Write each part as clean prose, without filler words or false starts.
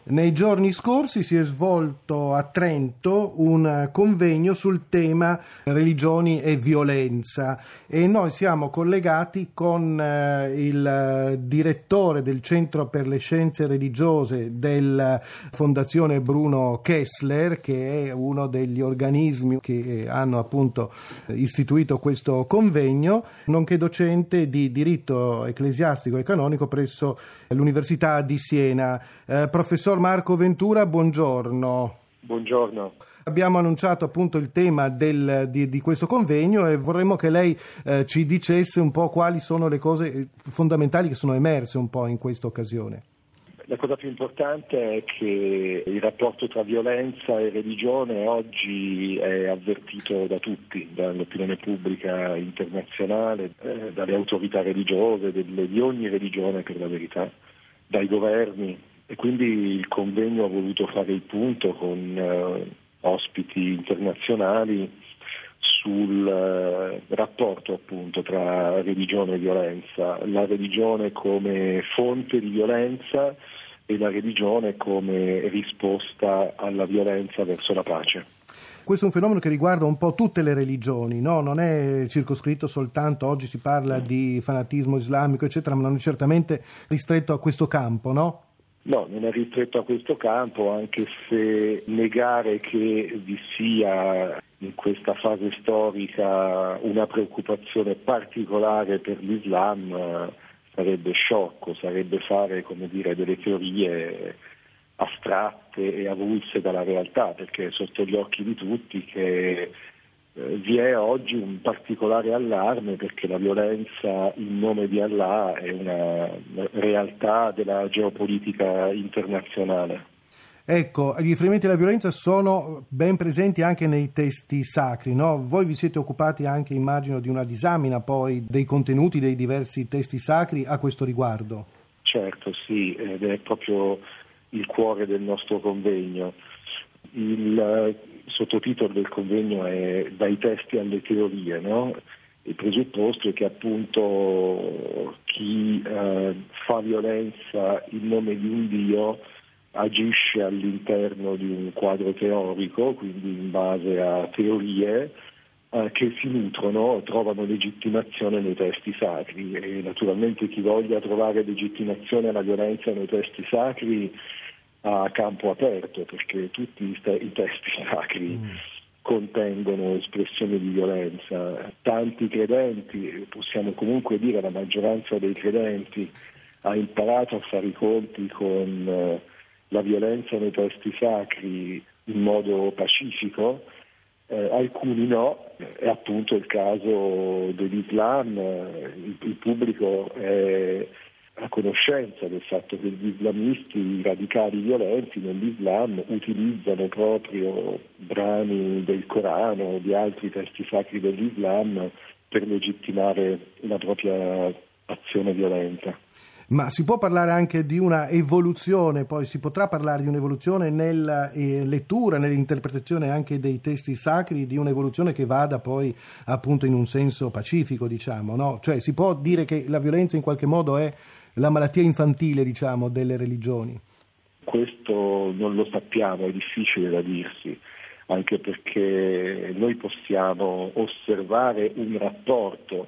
Nei giorni scorsi si è svolto a Trento un convegno sul tema religioni e violenza e noi siamo collegati con il direttore del Centro per le Scienze Religiose della Fondazione Bruno Kessler, che è uno degli organismi che hanno appunto istituito questo convegno, nonché docente di diritto ecclesiastico e canonico presso l'Università di Siena. Professor Marco Ventura, buongiorno. Buongiorno. Abbiamo annunciato appunto il tema di questo convegno e vorremmo che lei ci dicesse un po' quali sono le cose fondamentali che sono emerse un po' in questa occasione. La cosa più importante è che il rapporto tra violenza e religione oggi è avvertito da tutti, dall'opinione pubblica internazionale, dalle autorità religiose, di ogni religione per la verità, dai governi, e quindi il convegno ha voluto fare il punto con ospiti internazionali sul rapporto appunto tra religione e violenza, la religione come fonte di violenza e la religione come risposta alla violenza verso la pace. Questo è un fenomeno che riguarda un po' tutte le religioni, no? Non è circoscritto soltanto, oggi si parla di fanatismo islamico eccetera, ma non è certamente ristretto a questo campo, no? No, non è ristretto a questo campo, anche se negare che vi sia in questa fase storica una preoccupazione particolare per l'Islam sarebbe sciocco, sarebbe fare, delle teorie astratte e avulse dalla realtà, perché è sotto gli occhi di tutti che vi è oggi un particolare allarme perché la violenza in nome di Allah è una realtà della geopolitica internazionale. Ecco, gli riferimenti alla violenza sono ben presenti anche nei testi sacri, no? Voi vi siete occupati anche, immagino, di una disamina poi dei contenuti dei diversi testi sacri a questo riguardo. Certo, sì, ed è proprio il cuore del nostro convegno. Il sottotitolo del convegno è Dai testi alle teorie, no? Il presupposto è che appunto chi fa violenza in nome di un Dio agisce all'interno di un quadro teorico, quindi in base a teorie che si nutrono, trovano legittimazione nei testi sacri, e naturalmente chi voglia trovare legittimazione alla violenza nei testi sacri a campo aperto, perché tutti i testi sacri contengono espressioni di violenza. Tanti credenti, possiamo comunque dire la maggioranza dei credenti, ha imparato a fare i conti con la violenza nei testi sacri in modo pacifico, alcuni no. È appunto il caso dell'Islam. Il pubblico è a conoscenza del fatto che gli islamisti, i radicali violenti nell'Islam, utilizzano proprio brani del Corano o di altri testi sacri dell'Islam per legittimare la propria azione violenta. Ma si può parlare anche di una evoluzione, poi si potrà parlare di un'evoluzione nella lettura, nell'interpretazione anche dei testi sacri, di un'evoluzione che vada poi appunto in un senso pacifico, diciamo, no? Cioè si può dire che la violenza in qualche modo è la malattia infantile, diciamo, delle religioni? Questo non lo sappiamo, è difficile da dirsi, anche perché noi possiamo osservare un rapporto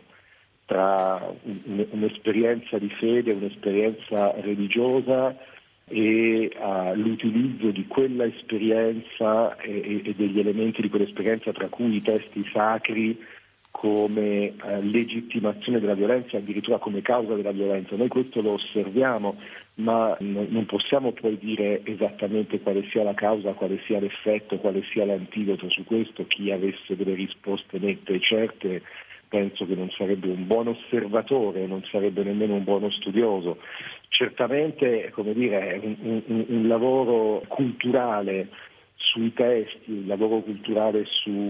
tra un'esperienza di fede, un'esperienza religiosa e l'utilizzo di quella esperienza e degli elementi di quell'esperienza, tra cui i testi sacri, come legittimazione della violenza, addirittura come causa della violenza. Noi questo lo osserviamo, ma non possiamo poi dire esattamente quale sia la causa, quale sia l'effetto, quale sia l'antidoto. Su questo chi avesse delle risposte nette e certe penso che non sarebbe un buon osservatore, non sarebbe nemmeno un buono studioso. Certamente, è un lavoro culturale sui testi, un lavoro culturale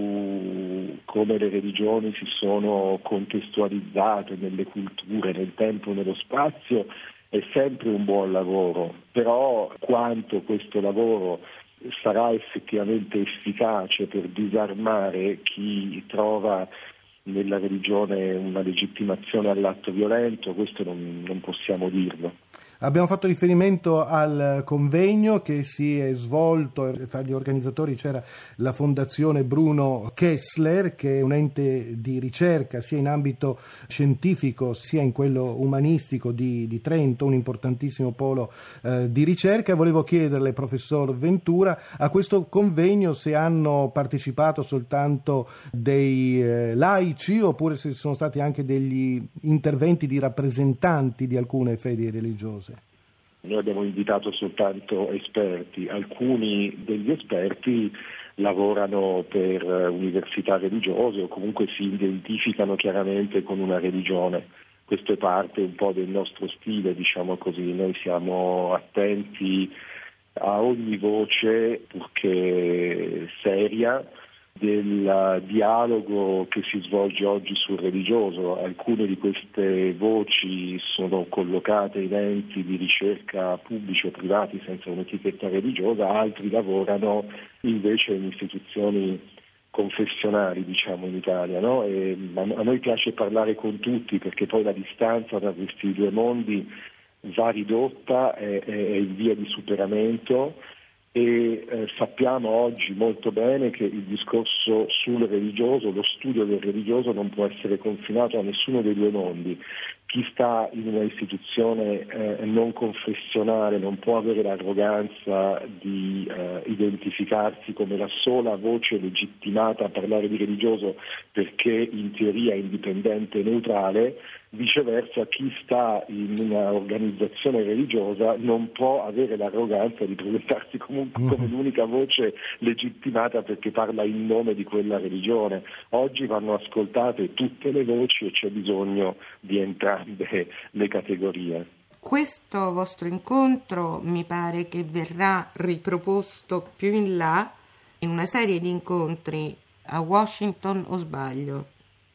su come le religioni si sono contestualizzate nelle culture, nel tempo, nello spazio, è sempre un buon lavoro, però quanto questo lavoro sarà effettivamente efficace per disarmare chi trova nella religione una legittimazione all'atto violento, questo non possiamo dirlo. Abbiamo fatto riferimento al convegno che si è svolto, fra gli organizzatori c'era la Fondazione Bruno Kessler, che è un ente di ricerca sia in ambito scientifico sia in quello umanistico di Trento, un importantissimo polo di ricerca. Volevo chiederle, professor Ventura, a questo convegno se hanno partecipato soltanto dei laici oppure se ci sono stati anche degli interventi di rappresentanti di alcune fedi religiose. Noi abbiamo invitato soltanto esperti, alcuni degli esperti lavorano per università religiose o comunque si identificano chiaramente con una religione. Questo è parte un po' del nostro stile, diciamo così, noi siamo attenti a ogni voce, purché seria, del dialogo che si svolge oggi sul religioso. Alcune di queste voci sono collocate in enti di ricerca pubblici o privati senza un'etichetta religiosa, altri lavorano invece in istituzioni confessionali, diciamo, in Italia, no? E a noi piace parlare con tutti perché poi la distanza tra questi due mondi va ridotta, è in via di superamento. E sappiamo oggi molto bene che il discorso sul religioso, lo studio del religioso non può essere confinato a nessuno dei due mondi. Chi sta in una istituzione non confessionale non può avere l'arroganza di identificarsi come la sola voce legittimata a parlare di religioso perché in teoria è indipendente e neutrale. Viceversa, chi sta in un'organizzazione religiosa non può avere l'arroganza di presentarsi comunque come l'unica voce legittimata perché parla in nome di quella religione. Oggi vanno ascoltate tutte le voci e c'è bisogno di entrambe le categorie. Questo vostro incontro mi pare che verrà riproposto più in là in una serie di incontri a Washington, o sbaglio?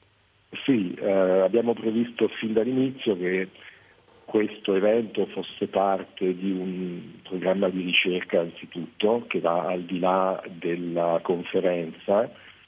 Sì, abbiamo previsto fin dall'inizio che questo evento fosse parte di un programma di ricerca anzitutto che va al di là della conferenza,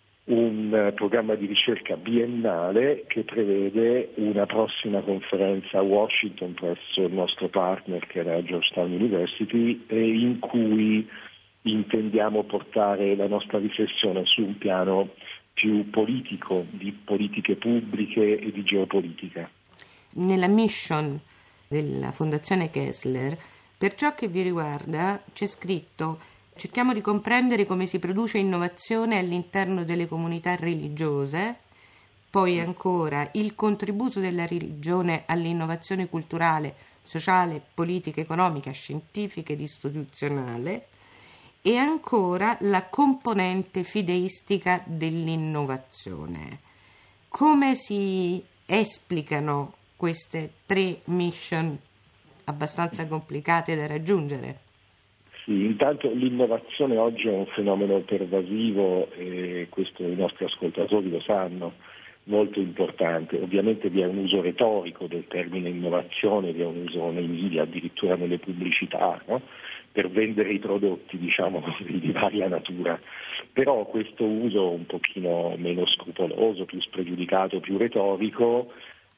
un programma di ricerca biennale che prevede una prossima conferenza a Washington presso il nostro partner che è la Georgetown University e in cui intendiamo portare la nostra riflessione su un piano più politico, di politiche pubbliche e di geopolitica. Nella mission della Fondazione Kessler, per ciò che vi riguarda, c'è scritto: cerchiamo di comprendere come si produce innovazione all'interno delle comunità religiose, poi ancora il contributo della religione all'innovazione culturale, sociale, politica, economica, scientifica ed istituzionale, e ancora la componente fideistica dell'innovazione. Come si esplicano queste tre mission abbastanza complicate da raggiungere? Sì, intanto l'innovazione oggi è un fenomeno pervasivo e questo i nostri ascoltatori lo sanno, molto importante. Ovviamente vi è un uso retorico del termine innovazione, vi è un uso nei media, addirittura nelle pubblicità, no? Per vendere i prodotti, diciamo così, di varia natura. Però questo uso un pochino meno scrupoloso, più spregiudicato, più retorico,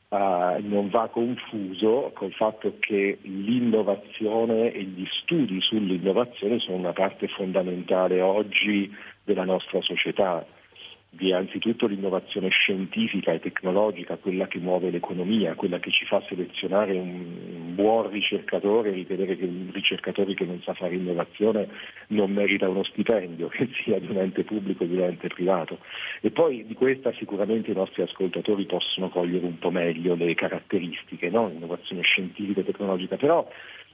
non va confuso col fatto che l'innovazione e gli studi sull'innovazione sono una parte fondamentale oggi della nostra società. Vi è anzitutto l'innovazione scientifica e tecnologica, quella che muove l'economia, quella che ci fa selezionare un buon ricercatore e ritenere che un ricercatore che non sa fare innovazione non merita uno stipendio, che sia di un ente pubblico o di un ente privato. E poi di questa sicuramente i nostri ascoltatori possono cogliere un po' meglio le caratteristiche, no? Innovazione scientifica e tecnologica, però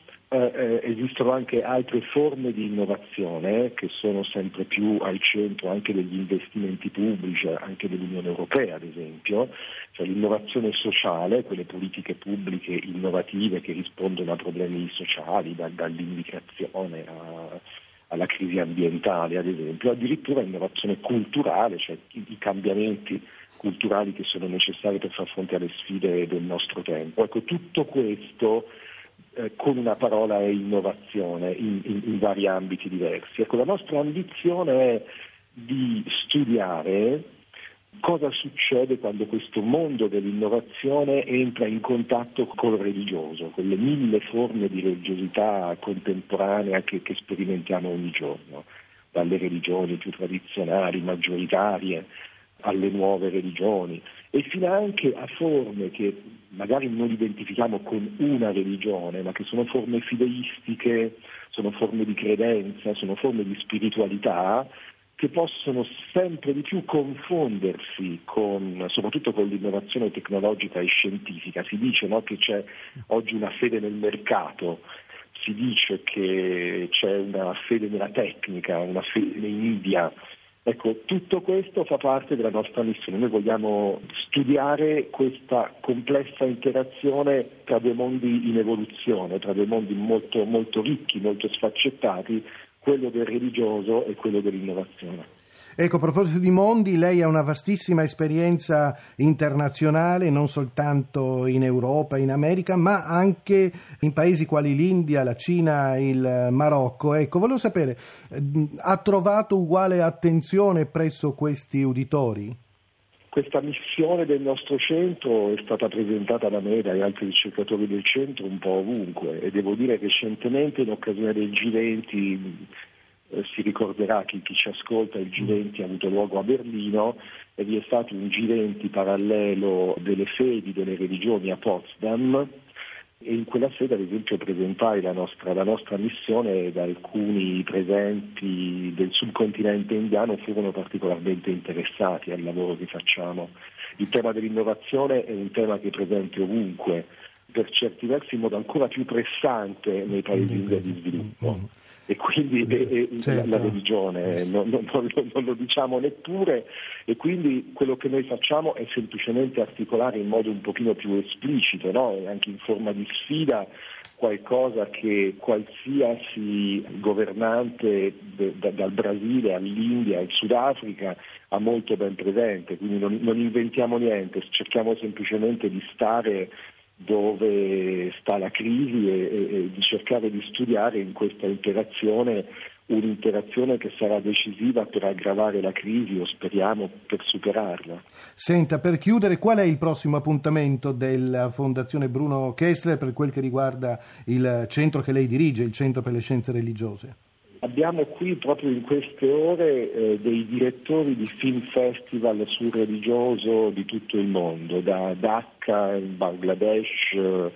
esistono anche altre forme di innovazione che sono sempre più al centro anche degli investimenti pubblici, anche dell'Unione Europea ad esempio, cioè l'innovazione sociale, quelle politiche pubbliche innovative che rispondono a problemi sociali, dall'immigrazione alla crisi ambientale ad esempio, addirittura innovazione culturale, cioè i cambiamenti culturali che sono necessari per far fronte alle sfide del nostro tempo. Ecco, tutto questo con una parola è innovazione in vari ambiti diversi. Ecco, la nostra ambizione è di studiare cosa succede quando questo mondo dell'innovazione entra in contatto col religioso, con le 1000 forme di religiosità contemporanea che sperimentiamo ogni giorno, dalle religioni più tradizionali, maggioritarie, alle nuove religioni, e fino anche a forme che magari non identifichiamo con una religione, ma che sono forme fideistiche, sono forme di credenza, sono forme di spiritualità che possono sempre di più confondersi soprattutto con l'innovazione tecnologica e scientifica. Si dice, no, che c'è oggi una fede nel mercato, si dice che c'è una fede nella tecnica, una fede nei media. Ecco, tutto questo fa parte della nostra missione. Noi vogliamo studiare questa complessa interazione tra due mondi in evoluzione, tra due mondi molto, molto ricchi, molto sfaccettati, quello del religioso e quello dell'innovazione. Ecco, a proposito di mondi, lei ha una vastissima esperienza internazionale, non soltanto in Europa, in America, ma anche in paesi quali l'India, la Cina, il Marocco. Ecco, volevo sapere, ha trovato uguale attenzione presso questi uditori? Questa missione del nostro centro è stata presentata da me e dagli altri ricercatori del centro un po' ovunque, e devo dire che recentemente, in occasione del G20, si ricorderà chi ci ascolta, il G20 ha avuto luogo a Berlino e vi è stato un G20 parallelo delle fedi, delle religioni a Potsdam, e in quella sede ad esempio presentai la nostra missione, ed alcuni presenti del subcontinente indiano furono particolarmente interessati al lavoro che facciamo. Il tema dell'innovazione è un tema che è presente ovunque, per certi versi in modo ancora più pressante nei paesi in via di sviluppo. E quindi certo, la religione non lo diciamo neppure, e quindi quello che noi facciamo è semplicemente articolare in modo un pochino più esplicito, no? E anche in forma di sfida, qualcosa che qualsiasi governante dal Brasile all'India al Sudafrica ha molto ben presente. Quindi non inventiamo niente, cerchiamo semplicemente di stare dove sta la crisi e di cercare di studiare in questa interazione un'interazione che sarà decisiva per aggravare la crisi, o speriamo per superarla. Senta, per chiudere, qual è il prossimo appuntamento della Fondazione Bruno Kessler per quel che riguarda il centro che lei dirige, il Centro per le Scienze Religiose? Abbiamo qui proprio in queste ore dei direttori di film festival sul religioso di tutto il mondo, da Dhaka in Bangladesh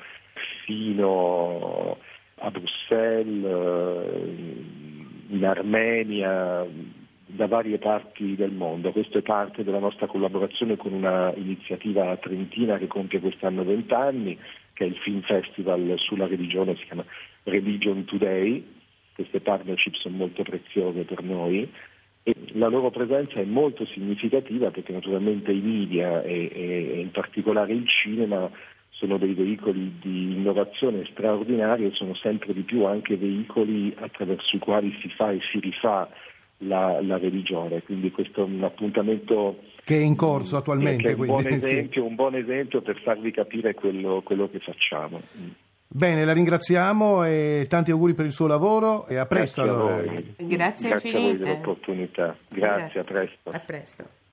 fino a Bruxelles, in Armenia, da varie parti del mondo. Questo è parte della nostra collaborazione con una iniziativa trentina che compie quest'anno 20 anni, che è il film festival sulla religione, si chiama Religion Today. Queste partnership sono molto preziose per noi e la loro presenza è molto significativa, perché naturalmente i media e in particolare il cinema sono dei veicoli di innovazione straordinaria, e sono sempre di più anche veicoli attraverso i quali si fa e si rifà la religione. Quindi questo è un appuntamento che è in corso attualmente. Che è un buon esempio per farvi capire quello che facciamo. Bene, la ringraziamo e tanti auguri per il suo lavoro, e a presto. Grazie a voi. Grazie a voi dell'opportunità. Grazie, a presto. A presto.